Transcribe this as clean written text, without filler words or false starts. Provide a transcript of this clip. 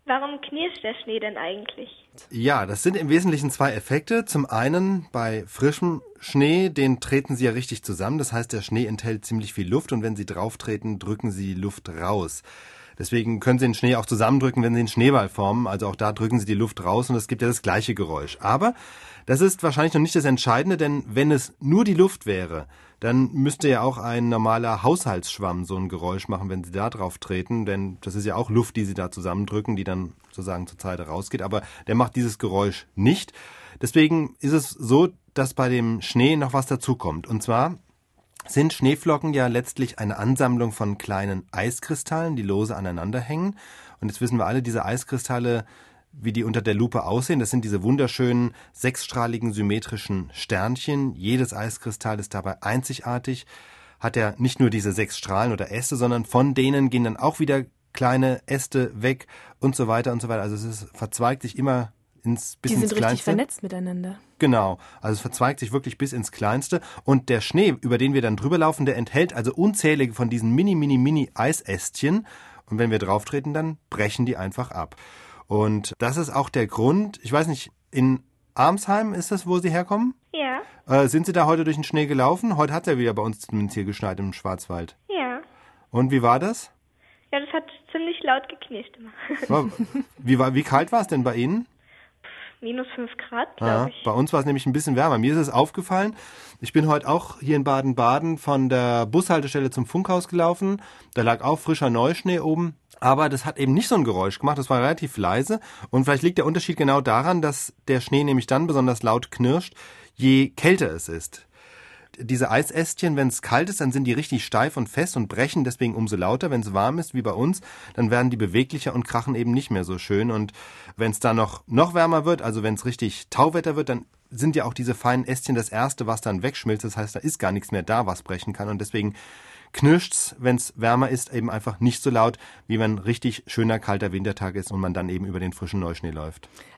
Warum knirscht der Schnee denn eigentlich? Ja, das sind im Wesentlichen zwei Effekte. Zum einen bei frischem Schnee, den treten Sie ja richtig zusammen. Das heißt, der Schnee enthält ziemlich viel Luft und wenn Sie drauf treten, drücken Sie Luft raus. Deswegen können Sie den Schnee auch zusammendrücken, wenn Sie einen Schneeball formen. Also auch da drücken Sie die Luft raus und es gibt ja das gleiche Geräusch. Aber das ist wahrscheinlich noch nicht das Entscheidende, denn wenn es nur die Luft wäre, dann müsste ja auch ein normaler Haushaltsschwamm so ein Geräusch machen, wenn Sie da drauf treten. Denn das ist ja auch Luft, die Sie da zusammendrücken, die dann sozusagen zur Seite rausgeht. Aber der macht dieses Geräusch nicht. Deswegen ist es so, dass bei dem Schnee noch was dazukommt. Und zwar sind Schneeflocken ja letztlich eine Ansammlung von kleinen Eiskristallen, die lose aneinander hängen. Und jetzt wissen wir alle, diese Eiskristalle, wie die unter der Lupe aussehen, das sind diese wunderschönen, sechsstrahligen, symmetrischen Sternchen. Jedes Eiskristall ist dabei einzigartig, hat ja nicht nur diese 6 Strahlen oder Äste, sondern von denen gehen dann auch wieder kleine Äste weg und so weiter und so weiter. Also verzweigt sich immer bis ins Kleinste. Die sind richtig vernetzt miteinander. Genau, also es verzweigt sich wirklich bis ins Kleinste. Und der Schnee, über den wir dann drüber laufen, der enthält also unzählige von diesen mini Eisästchen. Und wenn wir drauf treten, dann brechen die einfach ab. Und das ist auch der Grund, ich weiß nicht, in Armsheim ist das, wo Sie herkommen? Ja. Sind Sie da heute durch den Schnee gelaufen? Heute hat es ja wieder bei uns zumindest hier geschneit im Schwarzwald. Ja. Und wie war das? Ja, das hat ziemlich laut geknirscht immer. Wie kalt war es denn bei Ihnen? -5 Grad, glaube ich. Bei uns war es nämlich ein bisschen wärmer. Mir ist es aufgefallen, ich bin heute auch hier in Baden-Baden von der Bushaltestelle zum Funkhaus gelaufen. Da lag auch frischer Neuschnee oben. Aber das hat eben nicht so ein Geräusch gemacht, das war relativ leise. Und vielleicht liegt der Unterschied genau daran, dass der Schnee nämlich dann besonders laut knirscht, je kälter es ist. Diese Eisästchen, wenn es kalt ist, dann sind die richtig steif und fest und brechen deswegen umso lauter. Wenn es warm ist, wie bei uns, dann werden die beweglicher und krachen eben nicht mehr so schön. Und wenn es dann noch wärmer wird, also wenn es richtig Tauwetter wird, dann sind ja auch diese feinen Ästchen das Erste, was dann wegschmilzt. Das heißt, da ist gar nichts mehr da, was brechen kann. Und deswegen knirscht's, wenn es wärmer ist, eben einfach nicht so laut, wie wenn richtig schöner, kalter Wintertag ist und man dann eben über den frischen Neuschnee läuft.